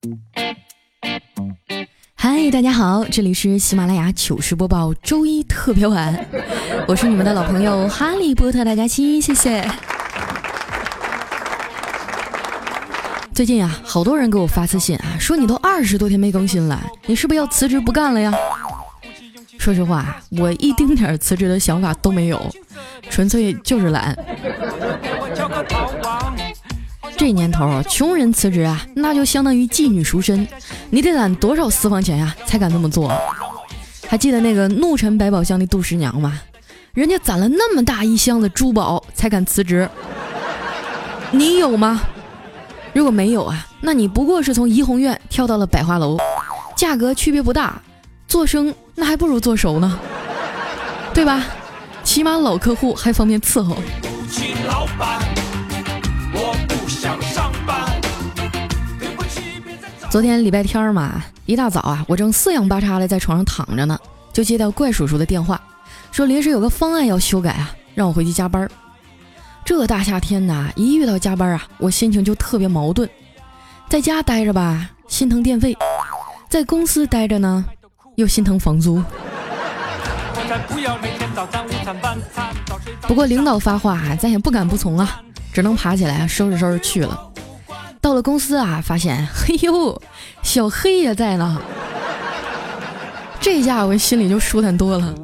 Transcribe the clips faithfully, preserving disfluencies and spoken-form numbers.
嗨，大家好，这里是喜马拉雅糗事播报周一特别晚，我是你们的老朋友哈利波特大家期，谢谢。最近啊，好多人给我发私信啊，说你都二十多天没更新了，你是不是要辞职不干了呀？说实话，我一丁点辞职的想法都没有，纯粹就是懒。这年头穷人辞职啊，那就相当于妓女赎身，你得攒多少私房钱呀、啊、才敢那么做？还记得那个怒沉百宝箱的杜十娘吗？人家攒了那么大一箱子珠宝才敢辞职，你有吗？如果没有啊，那你不过是从怡红院跳到了百花楼，价格区别不大，做生那还不如做熟呢，对吧？起码老客户还方便伺候。昨天礼拜天嘛，一大早啊，我正四仰八叉的在床上躺着呢，就接到怪叔叔的电话，说临时有个方案要修改啊，让我回去加班。这大夏天的，一遇到加班啊，我心情就特别矛盾。在家待着吧，心疼电费；在公司待着呢，又心疼房租。不过领导发话，咱也不敢不从啊，只能爬起来收拾收拾去了。到了公司啊，发现嘿呦，小黑也在呢，这下我心里就舒坦多了。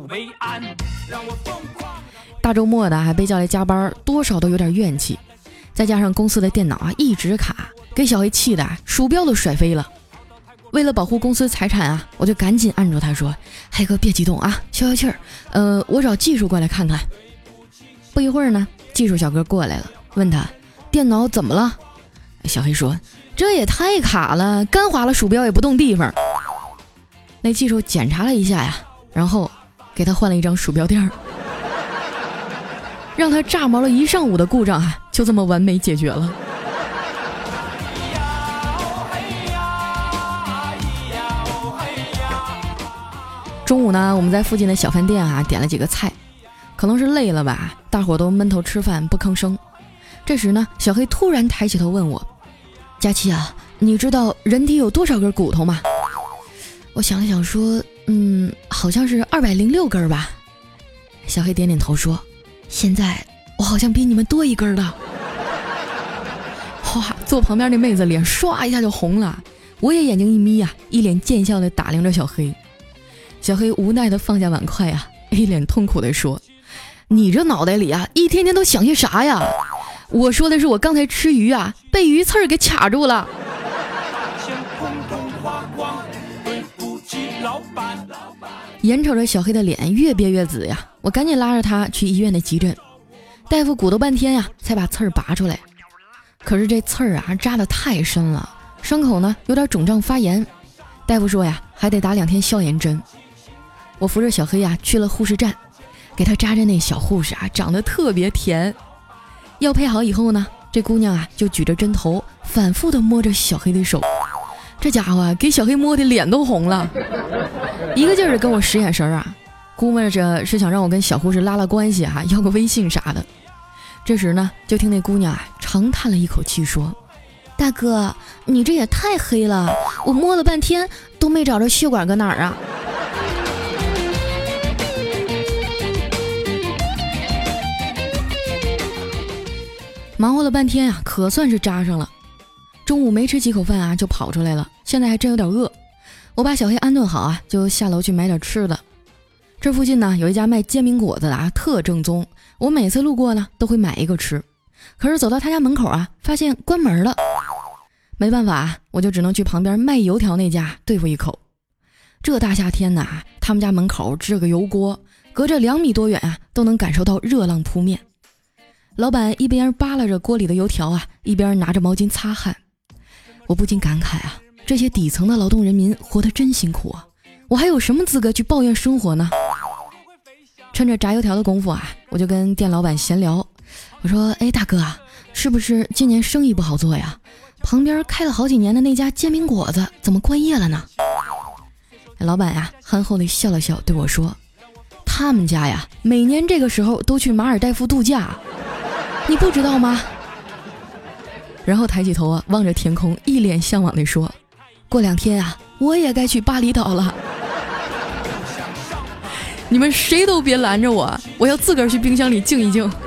大周末的还被叫来加班，多少都有点怨气，再加上公司的电脑啊一直卡，给小黑气的鼠标都甩飞了。为了保护公司财产啊，我就赶紧按住他说：“黑哥别激动啊，消消气儿，呃，我找技术过来看看。”不一会儿呢，技术小哥过来了，问他电脑怎么了。小黑说：“这也太卡了，干滑了鼠标也不动地方。”那技术检查了一下呀，然后给他换了一张鼠标垫儿，让他炸毛了一上午的故障啊，就这么完美解决了。中午呢，我们在附近的小饭店啊点了几个菜，可能是累了吧，大伙都闷头吃饭不吭声。这时呢，小黑突然抬起头问我：“佳琪啊，你知道人体有多少根骨头吗？”我想了想说：“嗯，好像是二百零六根吧。”小黑点点头说：“现在我好像比你们多一根的。”哇，坐旁边那妹子脸唰一下就红了，我也眼睛一眯啊，一脸贱笑的打量着小黑。小黑无奈的放下碗筷啊，一脸痛苦的说：“你这脑袋里啊，一天天都想些啥呀？我说的是我刚才吃鱼啊，被鱼刺儿给卡住了。”眼瞅着小黑的脸越憋越紫呀，我赶紧拉着他去医院的急诊。大夫鼓捣半天呀，才把刺儿拔出来。可是这刺儿啊扎得太深了，伤口呢有点肿胀发炎。大夫说呀，还得打两天消炎针。我扶着小黑呀去了护士站，给他扎针那小护士啊长得特别甜。药配好以后呢，这姑娘啊就举着针头反复的摸着小黑的手，这家伙啊给小黑摸的脸都红了，一个劲儿的跟我使眼神啊，估摸着是想让我跟小护士拉拉关系啊，要个微信啥的。这时呢，就听那姑娘啊长叹了一口气说：“大哥，你这也太黑了，我摸了半天都没找着血管搁哪儿啊。”忙活了半天啊，可算是扎上了。中午没吃几口饭啊，就跑出来了，现在还真有点饿。我把小黑安顿好啊，就下楼去买点吃的。这附近呢有一家卖煎饼果子的啊，特正宗，我每次路过呢都会买一个吃。可是走到他家门口啊，发现关门了。没办法，我就只能去旁边卖油条那家对付一口。这大夏天呐，他们家门口支个油锅，隔着两米多远啊，都能感受到热浪扑面。老板一边扒拉着锅里的油条啊，一边拿着毛巾擦汗。我不禁感慨啊，这些底层的劳动人民活得真辛苦啊，我还有什么资格去抱怨生活呢？趁着炸油条的功夫啊，我就跟店老板闲聊。我说：“哎，大哥啊，是不是今年生意不好做呀？旁边开了好几年的那家煎饼果子怎么关业了呢？”老板呀憨厚地笑了笑对我说：“他们家呀每年这个时候都去马尔代夫度假，你不知道吗？”然后抬起头啊望着天空，一脸向往地说：“ 过两天啊，我也该去巴厘岛了。你们谁都别拦着我，我要自个儿去冰箱里静一静。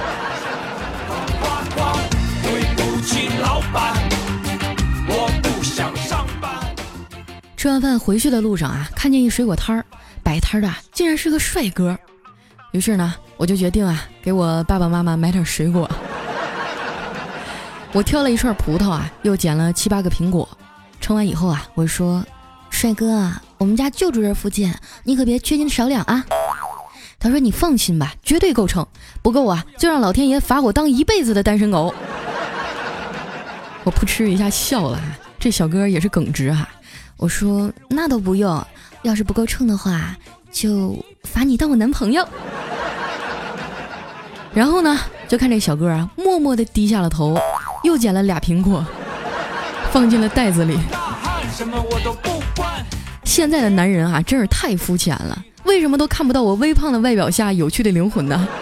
吃完饭回去的路上啊，看见一水果摊儿，摆摊的竟然是个帅哥。于是呢，我就决定啊，给我爸爸妈妈买点水果。我挑了一串葡萄啊，又捡了七八个苹果。称完以后啊，我说：“帅哥啊，我们家就住这附近，你可别缺斤少两啊。”他说：“你放心吧，绝对够称，不够啊，就让老天爷罚我当一辈子的单身狗。”我扑哧一下笑了，这小哥也是耿直哈、啊。我说：“那都不用，要是不够称的话，就罚你当我男朋友。”然后呢，就看这小哥啊，默默地低下了头，又捡了俩苹果，放进了袋子里。现在的男人啊，真是太肤浅了，为什么都看不到我微胖的外表下有趣的灵魂呢？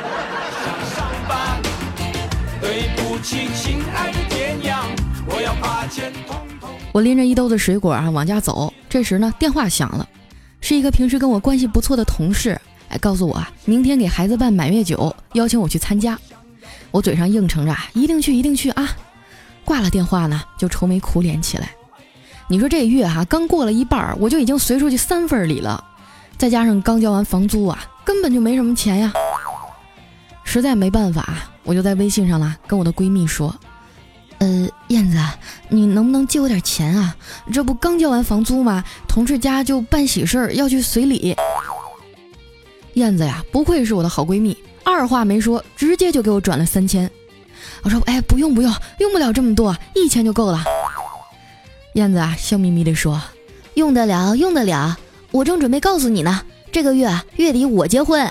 我拎着一兜子水果啊往家走，这时呢电话响了，是一个平时跟我关系不错的同事，哎，告诉我啊，明天给孩子办满月酒，邀请我去参加。我嘴上应承着一定去一定去啊，挂了电话呢就愁眉苦脸起来。你说这月哈、啊、刚过了一半，我就已经随出去三份礼了，再加上刚交完房租啊，根本就没什么钱呀。实在没办法，我就在微信上啦跟我的闺蜜说：“呃，燕子，你能不能借我点钱啊？这不刚交完房租吗？同事家就办喜事儿要去随礼。”燕子呀，不愧是我的好闺蜜，二话没说，直接就给我转了三千。我说：“哎，不用不用，用不了这么多，一千就够了。”燕子啊，笑眯眯地说：“用得了，用得了，我正准备告诉你呢，这个月啊，月底我结婚。”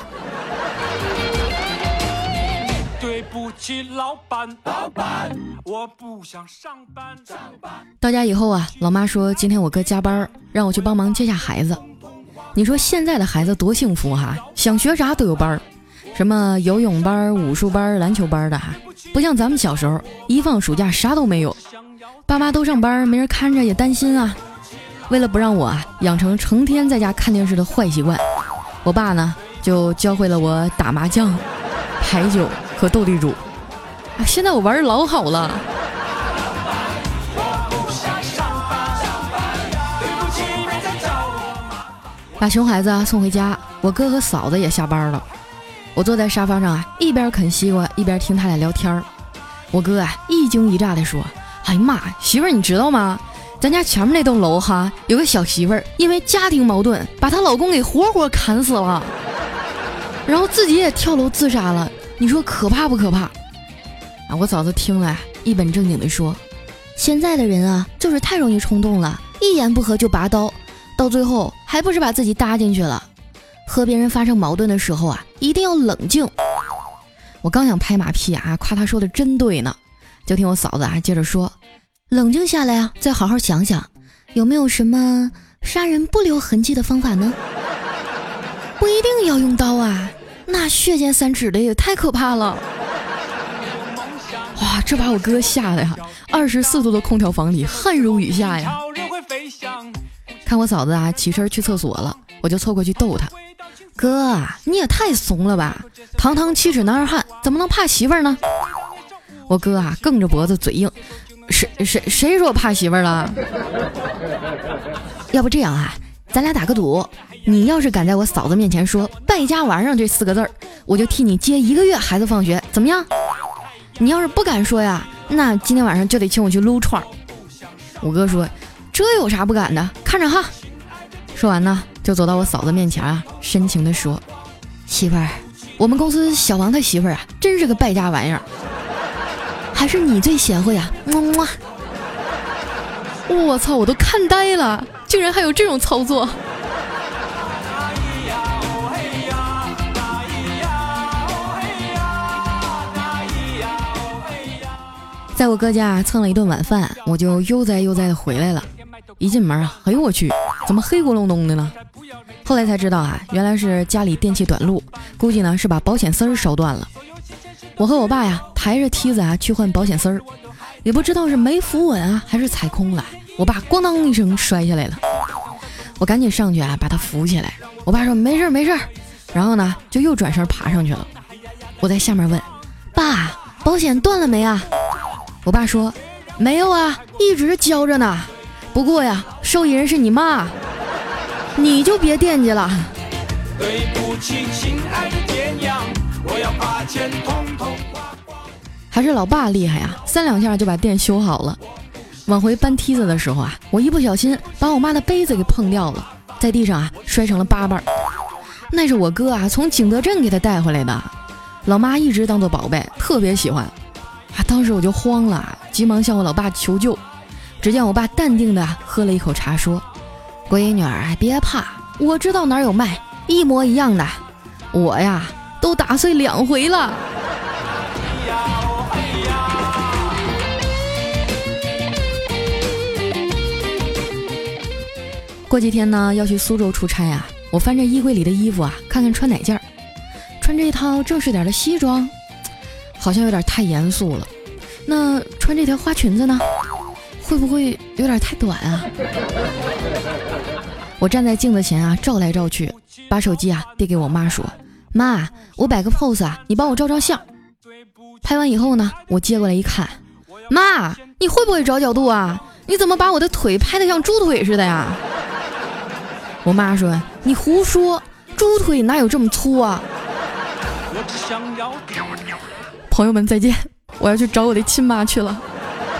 对不起，老板，老板，我不想上班。到家以后啊，老妈说今天我哥加班，让我去帮忙接下孩子。你说现在的孩子多幸福哈，想学啥都有班，什么游泳班、武术班、篮球班的哈，不像咱们小时候一放暑假啥都没有，爸妈都上班，没人看着也担心啊。为了不让我啊养成成天在家看电视的坏习惯，我爸呢就教会了我打麻将、牌九和斗地主啊，现在我玩的老好了。把熊孩子啊送回家，我哥和嫂子也下班了。我坐在沙发上啊，一边啃西瓜一边听他俩聊天。我哥啊一惊一乍地说：“哎呀妈，媳妇儿你知道吗？咱家前面那栋楼哈，有个小媳妇儿因为家庭矛盾，把她老公给活活砍死了，然后自己也跳楼自杀了。你说可怕不可怕？”啊，我嫂子听了一本正经地说：“现在的人啊，就是太容易冲动了，一言不合就拔刀。到最后还不是把自己搭进去了。和别人发生矛盾的时候啊，一定要冷静。”我刚想拍马屁啊，夸他说的真对呢，就听我嫂子啊接着说：“冷静下来啊，再好好想想，有没有什么杀人不留痕迹的方法呢？不一定要用刀啊，那血溅三尺的也太可怕了。”哇，这把我哥吓得呀，二十四度的空调房里汗如雨下呀。看我嫂子啊起身去厕所了，我就凑过去逗她：“哥啊，你也太怂了吧，堂堂七尺男儿汉怎么能怕媳妇儿呢？”我哥啊梗着脖子嘴硬：“谁谁谁说我怕媳妇儿了？要不这样啊，咱俩打个赌，你要是敢在我嫂子面前说败家玩意儿这四个字儿，我就替你接一个月孩子放学，怎么样？你要是不敢说呀，那今天晚上就得请我去撸串。”我哥说：“这有啥不敢的，看着哈。”说完呢，就走到我嫂子面前啊，深情地说：“媳妇儿，我们公司小王他媳妇儿啊，真是个败家玩意儿，还是你最贤惠啊，么么。”我操，我都看呆了，竟然还有这种操作。在我哥家蹭了一顿晚饭，我就悠哉悠哉的回来了。一进门啊，哎呦我去，怎么黑咕隆咚的呢？后来才知道啊，原来是家里电器短路，估计呢是把保险丝儿烧断了。我和我爸呀抬着梯子啊去换保险丝儿，也不知道是没扶稳啊还是踩空了， 我爸咣当一声摔下来了，我赶紧上去啊把他扶起来。我爸说没事没事，然后呢就又转身爬上去了。我在下面问爸，保险断了没啊？我爸说没有啊，一直交着呢，不过呀受益人是你妈，你就别惦记了。对不起亲爱的爹娘，我要把钱统统花光。还是老爸厉害啊，三两下就把店修好了。往回搬梯子的时候啊，我一不小心把我妈的杯子给碰掉了，在地上啊摔成了八瓣。那是我哥啊从景德镇给他带回来的，老妈一直当做宝贝，特别喜欢啊。当时我就慌了，急忙向我老爸求救。只见我爸淡定的喝了一口茶，说闺女儿别怕，我知道哪儿有卖，一模一样的，我呀都打碎两回了。过几天呢要去苏州出差啊，我翻着衣柜里的衣服啊，看看穿哪件儿。穿这套正式点的西装好像有点太严肃了，那穿这条花裙子呢，会不会有点太短啊？我站在镜子前啊照来照去，把手机啊递给我妈说，妈，我摆个 pose 啊，你帮我照照相。拍完以后呢，我接过来一看，妈，你会不会找角度啊？你怎么把我的腿拍得像猪腿似的呀？我妈说你胡说，猪腿哪有这么粗啊？朋友们再见，我要去找我的亲妈去了。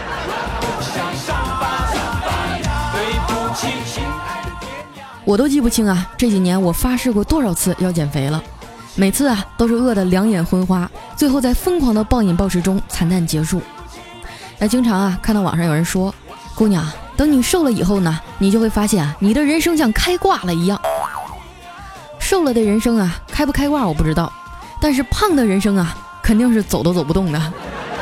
我都记不清啊，这几年我发誓过多少次要减肥了，每次啊都是饿得两眼昏花，最后在疯狂的暴饮暴食中惨淡结束。那经常啊看到网上有人说，姑娘，等你瘦了以后呢，你就会发现啊，你的人生像开挂了一样。瘦了的人生啊，开不开挂我不知道，但是胖的人生啊，肯定是走都走不动的。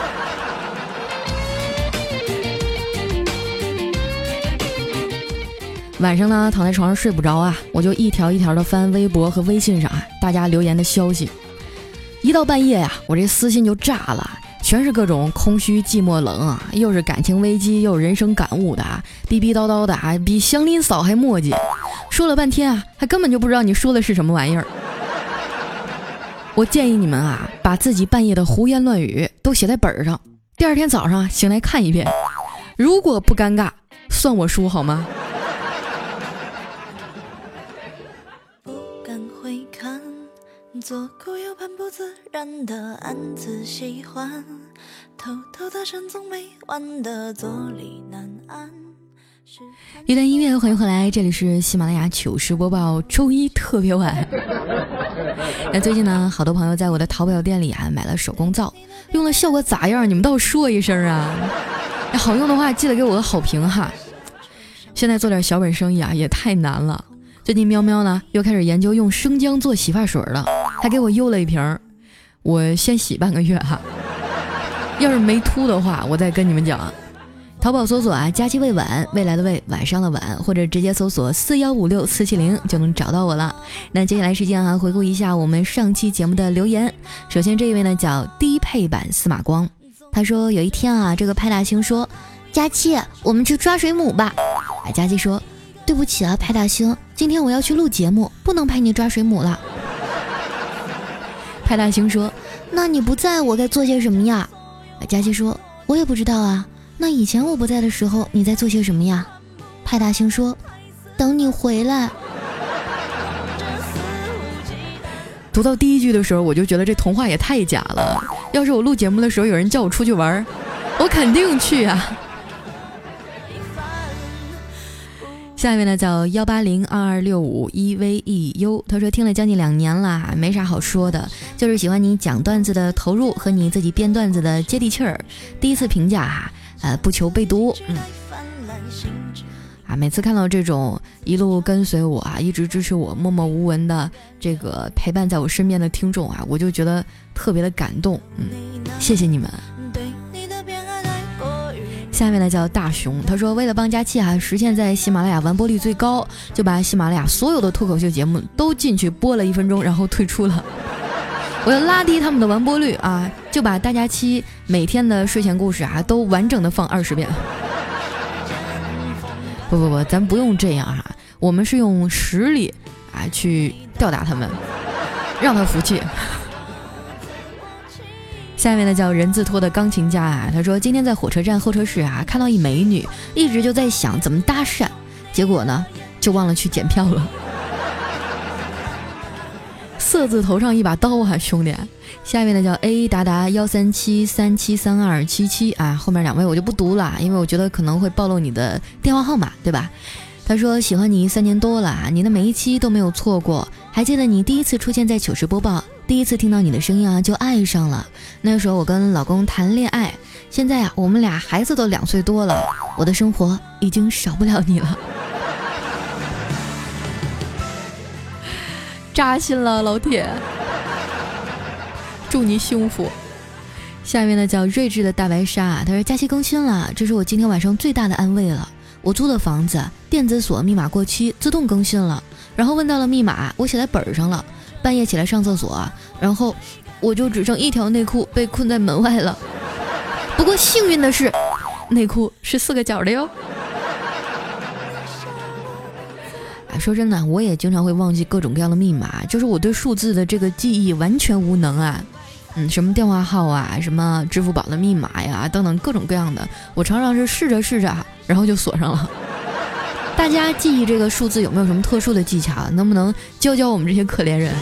晚上呢，躺在床上睡不着啊，我就一条一条的翻微博和微信上啊大家留言的消息。一到半夜呀、啊，我这私信就炸了，全是各种空虚寂寞冷啊，又是感情危机，又是人生感悟的啊，逼逼叨叨的啊，比祥林嫂还磨叽，说了半天啊，还根本就不知道你说的是什么玩意儿。我建议你们啊，把自己半夜的胡言乱语都写在本上，第二天早上醒来看一遍，如果不尴尬，算我输好吗？左顾右盼不自然的暗自喜欢，偷偷的神总没完的坐立难安。一段音乐，欢迎回来，这里是喜马拉雅糗事播报周一特别晚。那最近呢，好多朋友在我的淘宝店里啊买了手工皂，用了效果咋样？你们倒说一声啊！那好用的话，记得给我个好评哈。现在做点小本生意啊，也太难了。最近喵喵呢又开始研究用生姜做洗发水了，还给我邮了一瓶，我先洗半个月哈。要是没秃的话，我再跟你们讲。淘宝搜索啊，佳期未晚，未来的未，晚上的晚，或者直接搜索四一五六四七零就能找到我了。那接下来时间啊，回顾一下我们上期节目的留言。首先这一位呢叫低配版司马光，他说有一天啊，这个派大星说，佳期，我们去抓水母吧。啊，佳期说，对不起啊，派大星，今天我要去录节目，不能陪你抓水母了。派大星说，那你不在我该做些什么呀？佳期说，我也不知道啊，那以前我不在的时候你在做些什么呀？派大星说，等你回来。读到第一句的时候，我就觉得这童话也太假了，要是我录节目的时候有人叫我出去玩，我肯定去啊。下一位呢叫幺八零二二六五一 v e u， 他说听了将近两年了，没啥好说的，就是喜欢你讲段子的投入和你自己编段子的接地气儿。第一次评价哈、啊，呃，不求被读，嗯，啊，每次看到这种一路跟随我啊，一直支持我，默默无闻的这个陪伴在我身边的听众啊，我就觉得特别的感动，嗯，谢谢你们。下面呢叫大熊，他说为了帮佳期啊实现在喜马拉雅完播率最高，就把喜马拉雅所有的脱口秀节目都进去播了一分钟，然后退出了。我要拉低他们的完播率啊，就把大佳期每天的睡前故事啊都完整的放二十遍。 不不不，咱不用这样哈、啊，我们是用实力啊去吊打他们，让他服气。下面呢叫人字拖的钢琴家啊，他说今天在火车站候车室啊看到一美女，一直就在想怎么搭讪，结果呢就忘了去检票了。色字头上一把刀啊，兄弟。下面的叫 A 达达幺三七三七三二七七啊，后面两位我就不读了，因为我觉得可能会暴露你的电话号码，对吧？他说喜欢你三年多了，你的每一期都没有错过，还记得你第一次出现在糗事播报，第一次听到你的声音啊就爱上了。那时候我跟老公谈恋爱，现在啊我们俩孩子都两岁多了，我的生活已经少不了你了。扎心了老铁，祝你幸福。下面呢叫睿智的大白鲨，他说假期更新了，这是我今天晚上最大的安慰了。我租的房子电子锁密码过期自动更新了，然后问到了密码，我写在本上了，半夜起来上厕所，然后我就只剩一条内裤被困在门外了。不过幸运的是内裤是四个角的哟。说真的，我也经常会忘记各种各样的密码，就是我对数字的这个记忆完全无能啊。嗯，什么电话号啊，什么支付宝的密码呀，等等各种各样的，我常常是试着试着，然后就锁上了。大家记忆这个数字有没有什么特殊的技巧？能不能教教我们这些可怜人？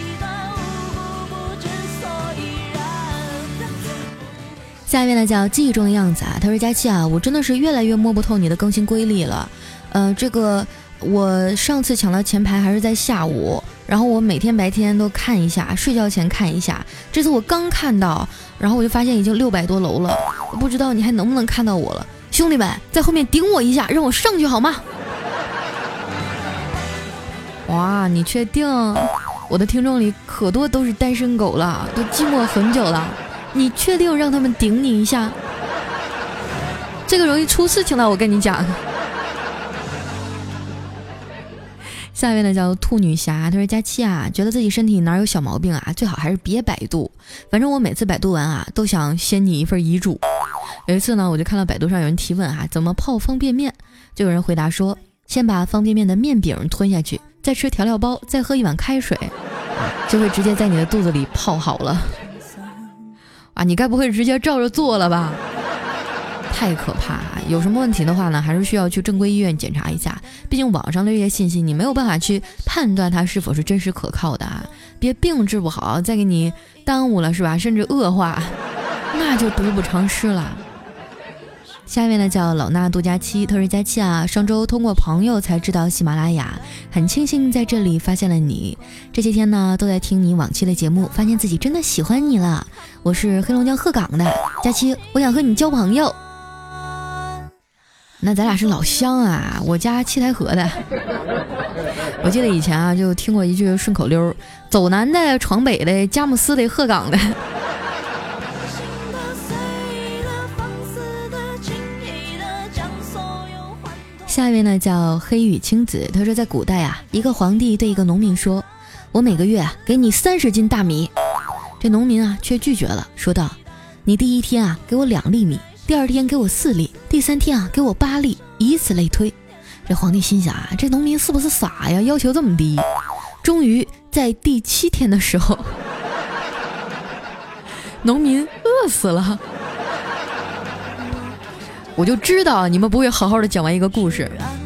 下面呢叫记忆中的样子啊，他说佳期啊，我真的是越来越摸不透你的更新规律了。呃，这个。我上次抢到前排还是在下午，然后我每天白天都看一下，睡觉前看一下，这次我刚看到，然后我就发现已经六百多楼了，我不知道你还能不能看到我了，兄弟们在后面顶我一下，让我上去好吗？哇，你确定？我的听众里可多都是单身狗了，都寂寞很久了，你确定让他们顶你一下？这个容易出事情的，我跟你讲。下面呢叫兔女侠，她说佳期啊，觉得自己身体哪有小毛病啊，最好还是别百度，反正我每次百度完啊，都想先你一份遗嘱。有一次呢，我就看到百度上有人提问啊，怎么泡方便面，就有人回答说，先把方便面的面饼吞下去，再吃调料包，再喝一碗开水，啊，就会直接在你的肚子里泡好了。啊，你该不会直接照着做了吧？太可怕啊！有什么问题的话呢，还是需要去正规医院检查一下，毕竟网上的这些信息你没有办法去判断它是否是真实可靠的啊！别病治不好再给你耽误了是吧，甚至恶化，那就得不偿失了。下面呢叫老衲杜佳期，他说佳期啊，上周通过朋友才知道喜马拉雅，很庆幸在这里发现了你，这些天呢都在听你往期的节目，发现自己真的喜欢你了。我是黑龙江鹤岗的佳期，我想和你交朋友。那咱俩是老乡啊，我家七台河的。我记得以前啊就听过一句顺口溜，走南的闯北的佳木斯的鹤岗的。下一位呢叫黑羽青子，他说在古代啊，一个皇帝对一个农民说，我每个月啊给你三十斤大米。这农民啊却拒绝了，说道，你第一天啊给我两粒米，第二天给我四粒，第三天啊给我八粒，以此类推。这皇帝心想啊，这农民是不是傻呀，要求这么低。终于在第七天的时候，农民饿死了。我就知道你们不会好好的讲完一个故事。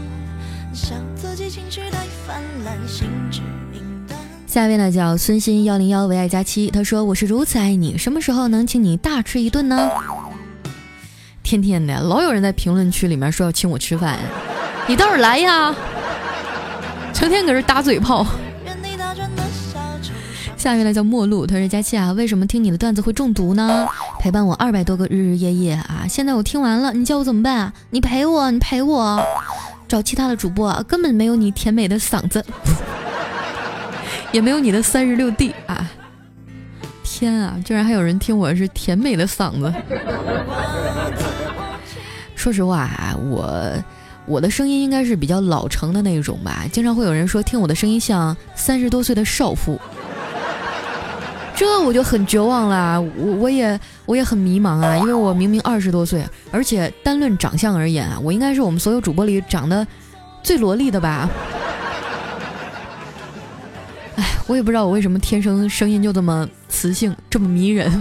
下一位呢叫孙鑫幺零幺为爱佳期，他说我是如此爱你，什么时候能请你大吃一顿呢？天天的老有人在评论区里面说要请我吃饭，你倒是来呀，成天搁这打嘴炮。下一位呢叫陌路，他说佳期啊，为什么听你的段子会中毒呢？陪伴我二百多个日日夜夜啊，现在我听完了，你叫我怎么办啊？你陪我，你陪我，找其他的主播啊，根本没有你甜美的嗓子，也没有你的三十六 D 啊！天啊，居然还有人听我是甜美的嗓子。说实话啊，我我的声音应该是比较老成的那种吧，经常会有人说听我的声音像三十多岁的少妇。 这我就很绝望了，我我也我也很迷茫啊，因为我明明二十多岁，而且单论长相而言啊，我应该是我们所有主播里长得最萝莉的吧。哎，我也不知道我为什么天生声音就这么磁性，这么迷人。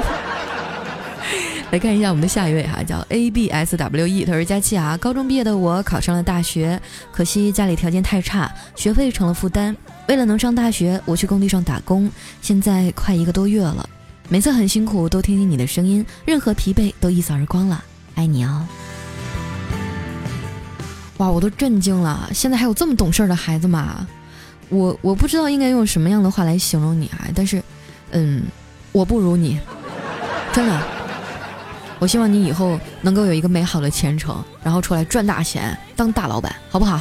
来看一下我们的下一位哈，叫 A B S W E， 他说佳期啊，高中毕业的我考上了大学，可惜家里条件太差，学费成了负担。为了能上大学，我去工地上打工，现在快一个多月了，每次很辛苦都听听你的声音，任何疲惫都一扫而光了，爱你哦。哇，我都震惊了，现在还有这么懂事的孩子吗？我我不知道应该用什么样的话来形容你啊，但是嗯，我不如你，真的。我希望你以后能够有一个美好的前程，然后出来赚大钱，当大老板，好不好？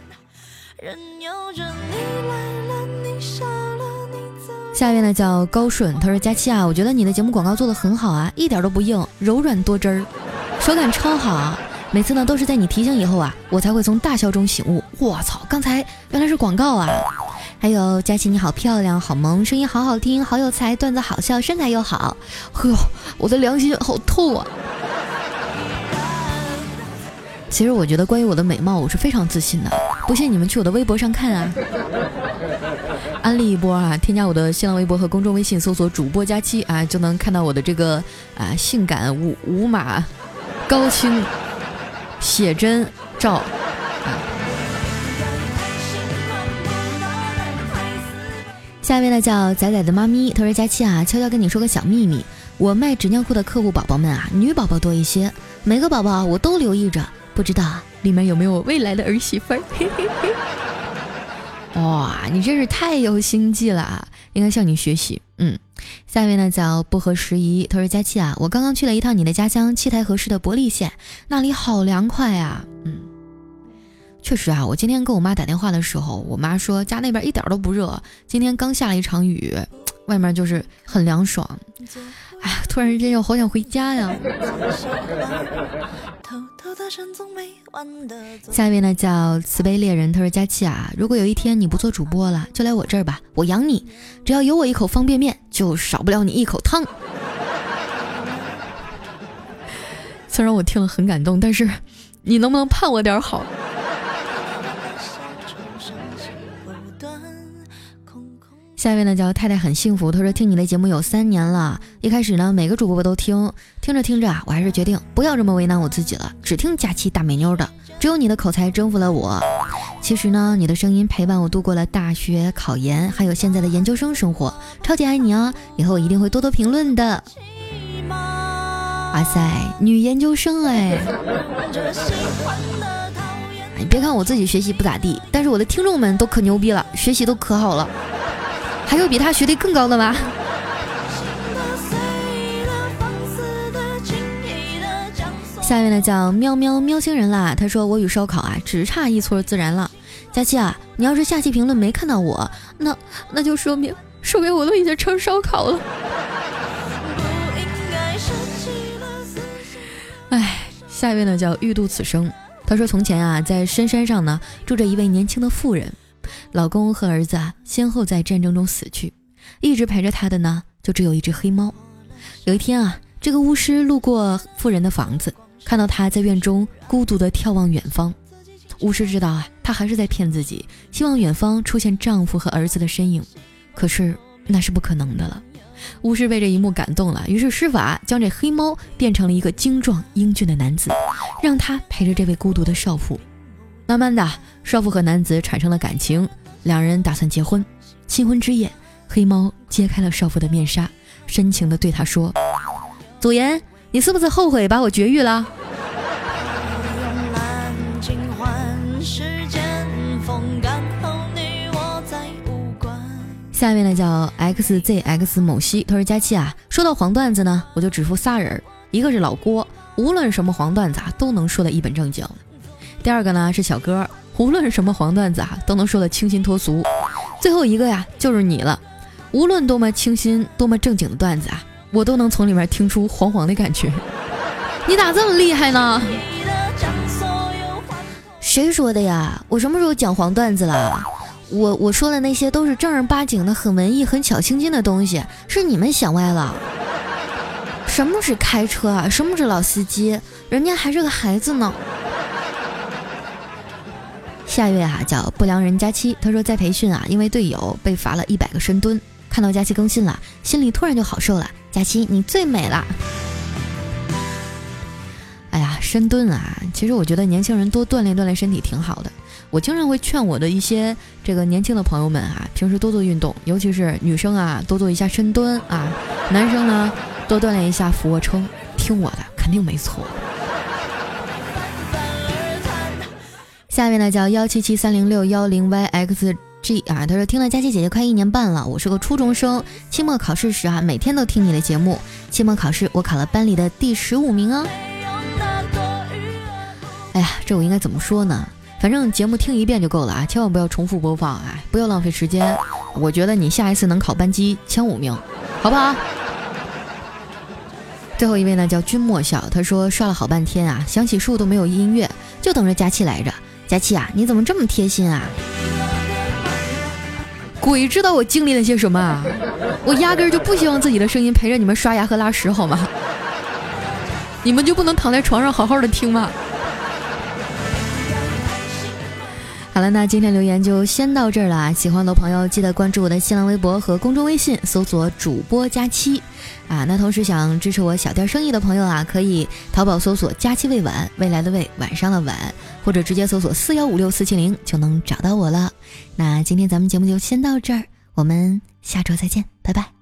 下面呢叫高顺，他说佳期啊，我觉得你的节目广告做得很好啊，一点都不硬，柔软多汁儿，手感超好。每次呢都是在你提醒以后啊，我才会从大笑中醒悟。我操，刚才原来是广告啊！还有佳琪你好漂亮，好萌，声音好好听，好有才，段子好笑，身材又好。呵哟，我的良心好痛啊！其实我觉得关于我的美貌，我是非常自信的。不信你们去我的微博上看啊。安利一波啊！添加我的新浪微博和公众微信，搜索主播佳期啊，就能看到我的这个啊性感无无码高清写真照。下面呢叫仔仔的妈咪，他说佳期啊，悄悄跟你说个小秘密，我卖纸尿裤的客户宝宝们啊，女宝宝多一些，每个宝宝我都留意着，不知道里面有没有我未来的儿媳妇儿。哇，你真是太有心计了，应该向你学习。嗯，下面呢叫不合时宜，他说佳期啊，我刚刚去了一趟你的家乡七台河市的伯利县，那里好凉快啊。嗯。确实啊，我今天跟我妈打电话的时候，我妈说家那边一点都不热，今天刚下了一场雨，外面就是很凉爽。哎，突然之间又好想回家呀。下一位呢叫慈悲猎人，他说佳期啊，如果有一天你不做主播了，就来我这儿吧，我养你，只要有我一口方便面，就少不了你一口汤。虽然我听了很感动，但是你能不能盼我点好？下一位呢叫太太很幸福，他说听你的节目有三年了，一开始呢每个主播都听，听着听着啊，我还是决定不要这么为难我自己了，只听佳期大美妞的，只有你的口才征服了我。其实呢你的声音陪伴我度过了大学考研，还有现在的研究生生活，超级爱你啊，以后我一定会多多评论的。哇塞，女研究生哎！你别看我自己学习不咋地，但是我的听众们都可牛逼了，学习都可好了。还有比他学历更高的吗？下面呢叫喵喵喵星人啦，他说我与烧烤啊只差一撮自然了。佳期啊，你要是下期评论没看到我，那那就说明说明我都已经成烧烤了。哎，下一位呢叫欲度此生，他说从前啊在深山上呢住着一位年轻的妇人，老公和儿子啊先后在战争中死去，一直陪着他的呢就只有一只黑猫。有一天啊，这个巫师路过妇人的房子，看到她在院中孤独地眺望远方。巫师知道啊，她还是在骗自己，希望远方出现丈夫和儿子的身影，可是那是不可能的了。巫师被这一幕感动了，于是施法将这黑猫变成了一个精壮英俊的男子，让他陪着这位孤独的少妇。慢慢的，少妇和男子产生了感情，两人打算结婚。新婚之夜，黑猫揭开了少妇的面纱，深情地对她说：祖言，你是不是后悔把我绝育了？下面呢叫 X Z X 某西，他说佳期啊，说到黄段子呢，我就只服仨人，一个是老郭，无论什么黄段子啊都能说得一本正经。第二个呢是小哥，无论什么黄段子啊都能说得清新脱俗。最后一个呀就是你了，无论多么清新多么正经的段子啊，我都能从里面听出黄黄的感觉。你咋这么厉害呢？谁说的呀？我什么时候讲黄段子了？ 我我说的那些都是正儿八经的、很文艺、很小清新的东西，是你们想歪了。什么是开车啊？什么是老司机？人家还是个孩子呢。下一位啊，叫不良人佳期，他说在培训啊，因为队友被罚了一百个深蹲，看到佳期更新了，心里突然就好受了。佳期，你最美了。哎呀，深蹲啊，其实我觉得年轻人多锻炼锻炼身体挺好的。我经常会劝我的一些这个年轻的朋友们啊，平时多做运动，尤其是女生啊，多做一下深蹲啊，男生呢多锻炼一下俯卧撑。听我的，肯定没错。下面呢叫幺七七三零六幺零 Y X G 啊，他说听了佳琪姐姐快一年半了，我是个初中生，期末考试时啊，每天都听你的节目。期末考试我考了班里的第十五名哦。哎呀，这我应该怎么说呢？反正节目听一遍就够了啊，千万不要重复播放，哎，不要浪费时间。我觉得你下一次能考班级前五名，好不好？最后一位呢叫君莫笑，他说刷了好半天啊，想起树都没有音乐，就等着佳期来着。佳期啊，你怎么这么贴心啊？鬼知道我经历了些什么啊！我压根儿就不希望自己的声音陪着你们刷牙和拉屎，好吗？你们就不能躺在床上好好的听吗？好了，那今天留言就先到这儿了。喜欢的朋友记得关注我的新浪微博和公众微信，搜索主播佳期啊。那同时想支持我小店生意的朋友啊，可以淘宝搜索佳期未晚，未来的未，晚上的晚，或者直接搜索四幺五六四七零就能找到我了。那今天咱们节目就先到这儿，我们下周再见，拜拜。